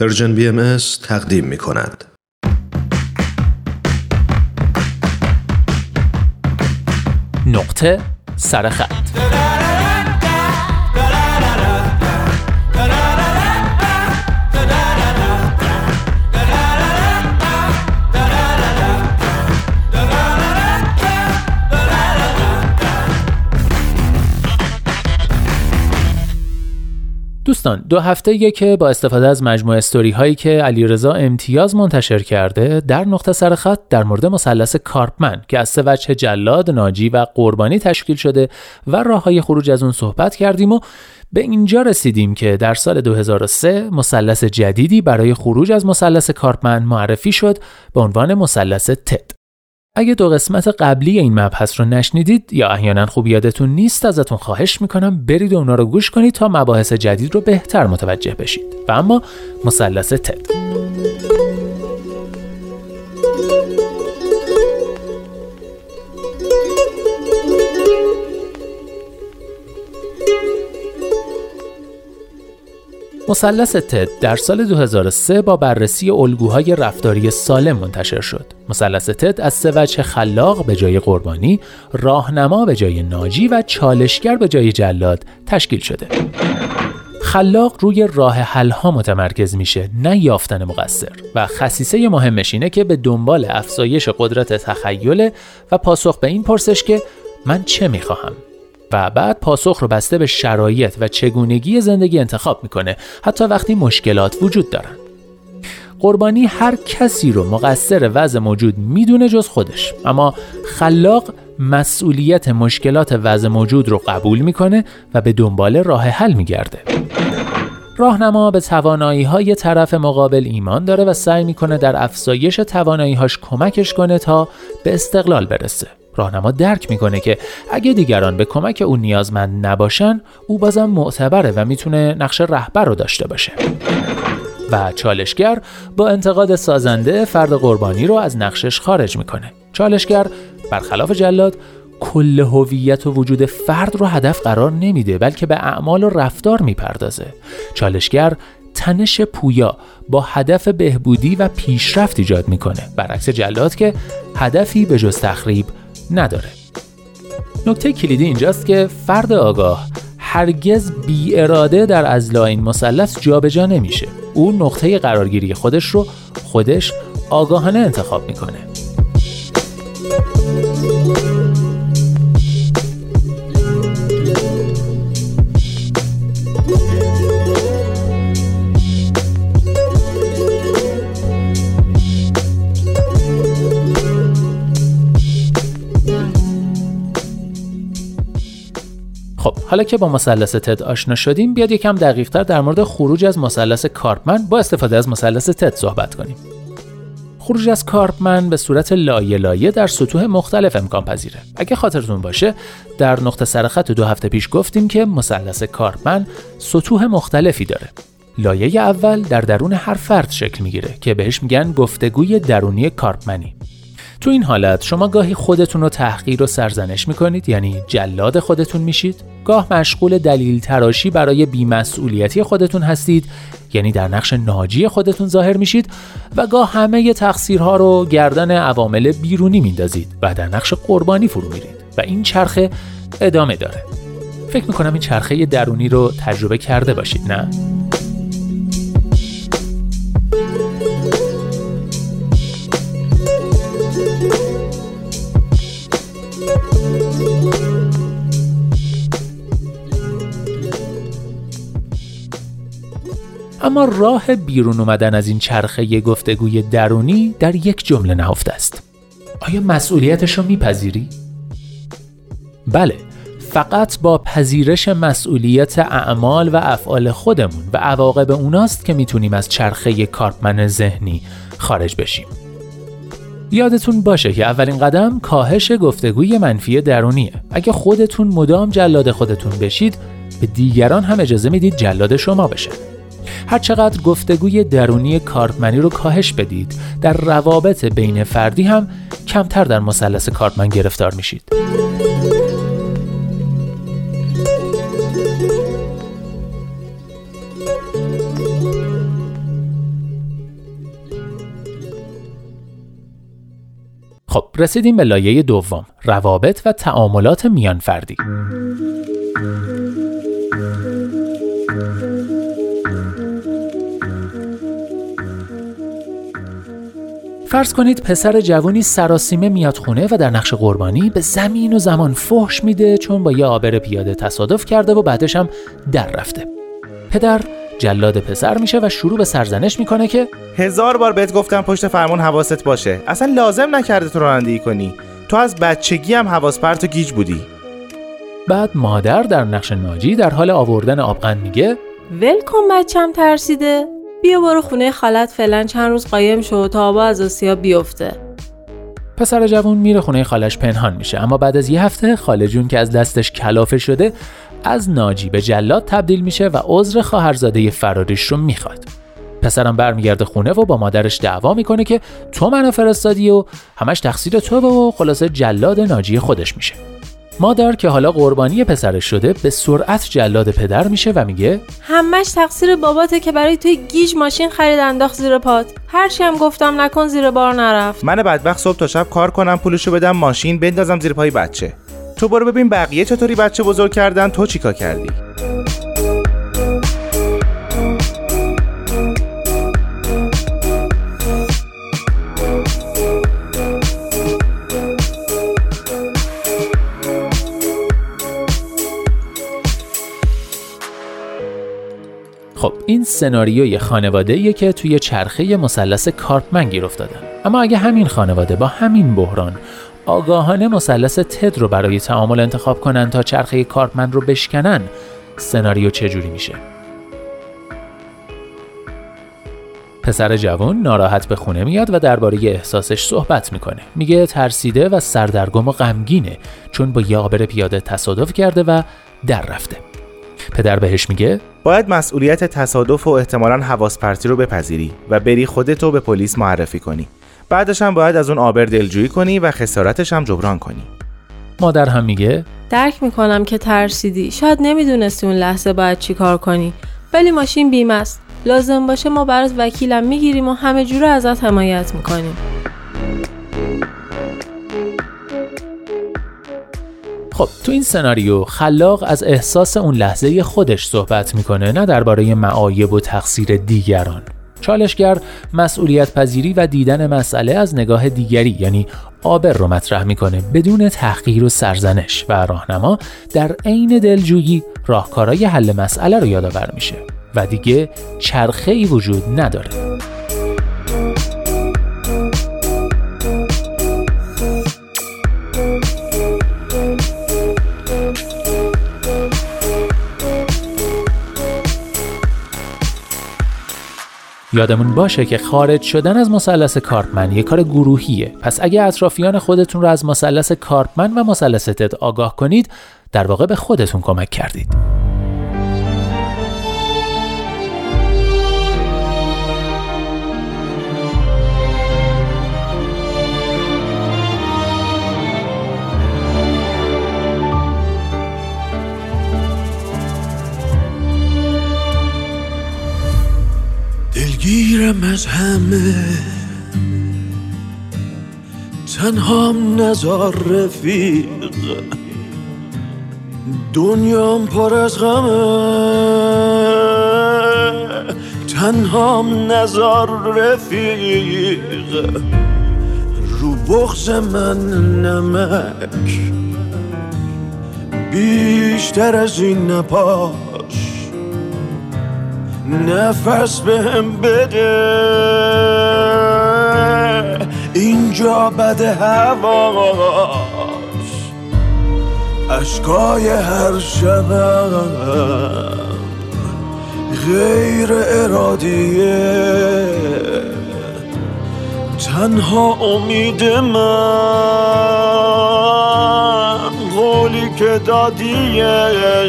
پرژن BMS تقدیم می کند. نقطه سرخط. دوستان، 2 هفته‌ایه که با استفاده از مجموعه استوری هایی که علیرضا امتیاز منتشر کرده در نقطه سرخط در مورد مثلث کارپمن که از 3 وجه جلاد، ناجی و قربانی تشکیل شده و راههای خروج از اون صحبت کردیم و به اینجا رسیدیم که در سال 2003 مثلث جدیدی برای خروج از مثلث کارپمن معرفی شد به عنوان مثلث تد. اگه 2 قسمت قبلی این مبحث رو نشنیدید یا احیانا خوب یادتون نیست، ازتون خواهش میکنم برید و اونا رو گوش کنید تا مباحث جدید رو بهتر متوجه بشید. و اما مثلث تد. مثلث تد در سال 2003 با بررسی الگوهای رفتاری سالم منتشر شد. مثلث تد از 3 وجه خلاق به جای قربانی، راهنما به جای ناجی و چالشگر به جای جلاد تشکیل شده. خلاق روی راه حل‌ها متمرکز میشه، نه یافتن مقصر، و خصیصه مهمش اینه که به دنبال افزایش قدرت تخیل و پاسخ به این پرسش که من چه میخواهم، و بعد پاسخ رو بسته به شرایط و چگونگی زندگی انتخاب میکنه، حتی وقتی مشکلات وجود دارن. قربانی هر کسی رو مقصر وضع موجود میدونه جز خودش، اما خلاق مسئولیت مشکلات وضع موجود رو قبول میکنه و به دنبال راه حل میگرده. راهنما به توانایی‌های طرف مقابل ایمان داره و سعی میکنه در افزایش توانایی‌هاش کمکش کنه تا به استقلال برسه. راهنما درک میکنه که اگه دیگران به کمک او نیازمند نباشن، او بازم معتبره و میتونه نقش رهبر رو داشته باشه. و چالشگر با انتقاد سازنده فرد قربانی رو از نقشش خارج میکنه. چالشگر برخلاف جلاد کل هویت و وجود فرد رو هدف قرار نمیده، بلکه به اعمال و رفتار میپردازه. چالشگر تنش پویا با هدف بهبودی و پیشرفت ایجاد میکنه، برعکس جلاد که هدفی به جز تخریب نداره. نکته کلیدی اینجاست که فرد آگاه هرگز بی اراده در اضلاع این مثلث جابجا نمیشه. او نقطه قرارگیری خودش رو خودش آگاهانه انتخاب میکنه. خب، حالا که با مثلث تد آشنا شدیم، بیاد یکم دقیق‌تر در مورد خروج از مثلث کارپمن با استفاده از مثلث تد صحبت کنیم. خروج از کارپمن به صورت لایه لایه در سطوح مختلف امکان پذیره. اگه خاطرتون باشه، در نقطه سرخط 2 هفته پیش گفتیم که مثلث کارپمن سطوح مختلفی داره. لایه اول در درون هر فرد شکل میگیره که بهش میگن گفتگوی درونی کارپمنی. تو این حالت شما گاهی خودتون رو تحقیر و سرزنش میکنید، یعنی جلاد خودتون میشید، گاه مشغول دلیل تراشی برای بی‌مسئولیتی خودتون هستید، یعنی در نقش ناجی خودتون ظاهر میشید، و گاه همه تقصیرها رو گردن عوامل بیرونی میندازید و در نقش قربانی فرو میرید و این چرخه ادامه داره. فکر میکنم این چرخه درونی رو تجربه کرده باشید، نه؟ اما راه بیرون اومدن از این چرخه گفتگوی درونی در یک جمله نهفته است. آیا مسئولیتش رو میپذیری؟ بله، فقط با پذیرش مسئولیت اعمال و افعال خودمون و عواقب اوناست که میتونیم از چرخه کارپمن ذهنی خارج بشیم. یادتون باشه که اولین قدم کاهش گفتگوی منفی درونیه. اگه خودتون مدام جلاد خودتون بشید، به دیگران هم اجازه میدید جلاد شما بشن. هرچقدر گفتگوی درونی کارپمنی رو کاهش بدید، در روابط بین فردی هم کمتر در مثلث کارپمن گرفتار میشید. خب رسیدیم به لایه دوم، روابط و تعاملات میان فردی. فرض کنید پسر جوانی سراسیمه میاد خونه و در نقش قربانی به زمین و زمان فحش میده چون با یه عابر پیاده تصادف کرده و بعدش هم در رفته. پدر جلاد پسر میشه و شروع به سرزنش میکنه که 1000 بار بهت گفتم پشت فرمون حواست باشه، اصلا لازم نکرده تو رانندگی کنی، تو از بچگی هم حواس پرت و گیج بودی. بعد مادر در نقش ناجی در حال آوردن آبغن میگه ول کن بچم ترسیده، بیا برو خونه خالت فعلا چند روز قایم شو تا آبا از آسیا بیفته. پسر جوان میره خونه خالش پنهان میشه، اما بعد از یه هفته خاله جون که از دستش کلافه شده از ناجی به جلاد تبدیل میشه و عذر خواهرزاده فراریش رو میخواد. پسرم برمیگرده خونه و با مادرش دعوا میکنه که تو منو فرستادی و همش تقصیر تو و خلاصه جلاد ناجی خودش میشه. مادر که حالا قربانی پسرش شده به سرعت جلاد پدر میشه و میگه همش تقصیر باباته که برای توی گیج ماشین خرید انداخت زیر پات، هرچی هم گفتم نکن زیر بار نرفت. من بدبخت صبح تا شب کار کنم پولشو بدم ماشین بندازم زیر پای بچه. تو برو ببین بقیه چطوری بچه بزرگ کردن، تو چیکار کردی؟ خب این سناریوی خانواده‌ایه که توی چرخه مثلث کارپمن گیر افتادن. اما اگه همین خانواده با همین بحران آگاهانه مثلث تد رو برای تعامل انتخاب کنن تا چرخه کارپمن رو بشکنن، سناریو چجوری میشه؟ پسر جوان ناراحت به خونه میاد و درباره احساسش صحبت میکنه. میگه ترسیده و سردرگم و غمگینه چون با یه عابر پیاده تصادف کرده و در رفته. پدر بهش میگه باید مسئولیت تصادف و احتمالاً حواس پرتی رو بپذیری و بری خودتو به پلیس معرفی کنی. بعدش هم باید از اون عابر دلجویی کنی و خسارتش هم جبران کنی. مادر هم میگه درک میکنم که ترسیدی، شاید نمیدونستی اون لحظه باید چی کار کنی، ولی ماشین بیمه است، لازم باشه ما برات وکیلم میگیریم و همه جوره ازت حمایت میکنیم. خب تو این سناریو خلاق از احساس اون لحظه خودش صحبت میکنه، نه درباره معایب و تقصیر دیگران. چالشگر مسئولیت پذیری و دیدن مسئله از نگاه دیگری یعنی عابر رو مطرح میکنه بدون تحقیر و سرزنش، و راهنما در عین دلجویی راهکارهای حل مسئله رو یادآور میشه و دیگه چرخه‌ای وجود نداره. یادمون باشه که خارج شدن از مثلث کارپمن یک کار گروهیه. پس اگه اطرافیان خودتون رو از مثلث کارپمن و مثلث تد آگاه کنید، در واقع به خودتون کمک کردید. دلگیرم از همه، تنهام نزار رفیق، دنیام پر از غمه، تنهام نزار رفیق، رو بغض من نمک بیشتر از این نپاش، نفس بهم بده اینجا بد هواش، اشکای هر شبم غیر ارادیه، تنها امید من قولی که دادیه،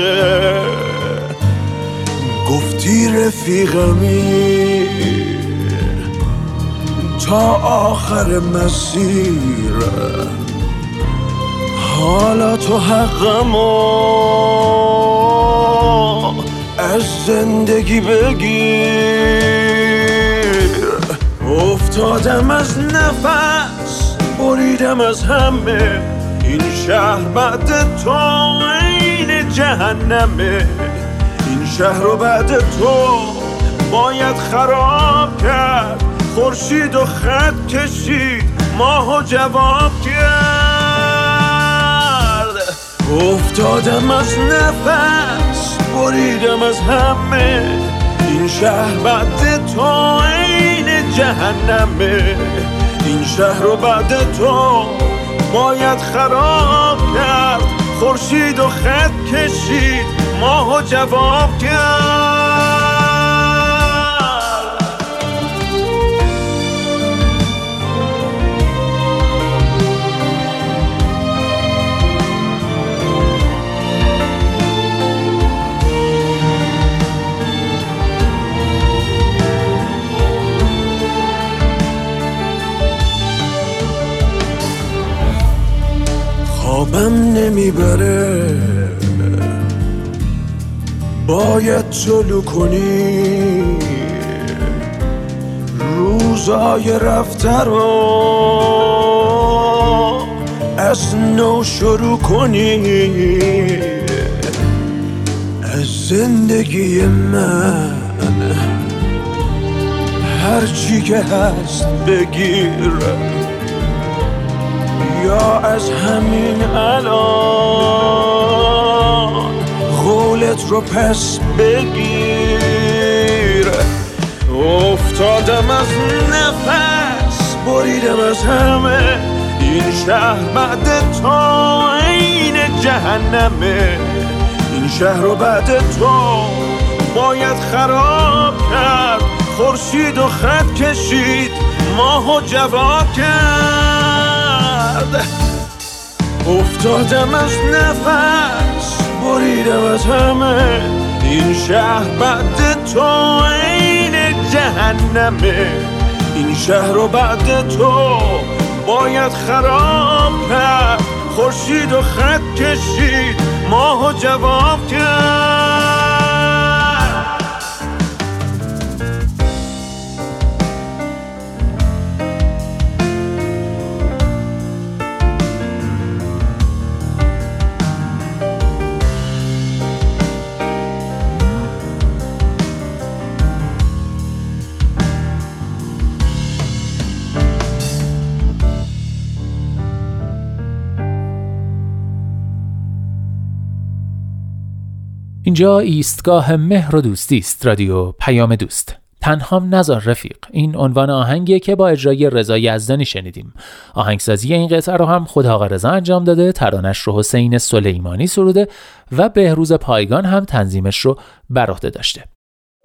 گفتی رفیقمی تا آخر مسیر، حالا تو حقمو از زندگی بگیر، افتادم از نفس بریدم از همه. این شهر بعد تو عین جهنمه. این شهر رو بعد تو باید خراب کرد. خورشید و خط کشید، ماهو جواب کرد. افتادم از نفس، بریدم از همه. این شهر بعد تو عین جهنمه. این شهر رو بعد تو باید خراب کرد. خورشید و خط کشید، ماهو جواب کرد. خوابم نمیبره، باید طلوع کنی. روزای رفته رو از نو شروع کنی. از زندگی من هرچی که هست بگیر، یا از همین الان قولت رو پس بگیر. افتادم از نفس، بریدم از همه. این شهر بعد تو عین جهنمه. این شهر رو بعد تو باید خراب کرد. خورشید و خط کشید، ماهو جواب کرد. افتادم از نفس، بریدم از همه. این شهر بعد تو عین جهنمه. این شهر رو بعد تو باید خراب کرد. خورشید و خط کشید، ماهو جواب کرد. اینجا ایستگاه مهر و دوستی است، رادیو پیام دوست. تنهام نذار رفیق، این عنوان آهنگیه که با اجرای رضا یزدانی شنیدیم. آهنگسازی این قطعه رو هم خود آقا رضا انجام داده، ترانش رو حسین سلیمانی سروده و بهروز پایگان هم تنظیمش رو بر عهده داشته.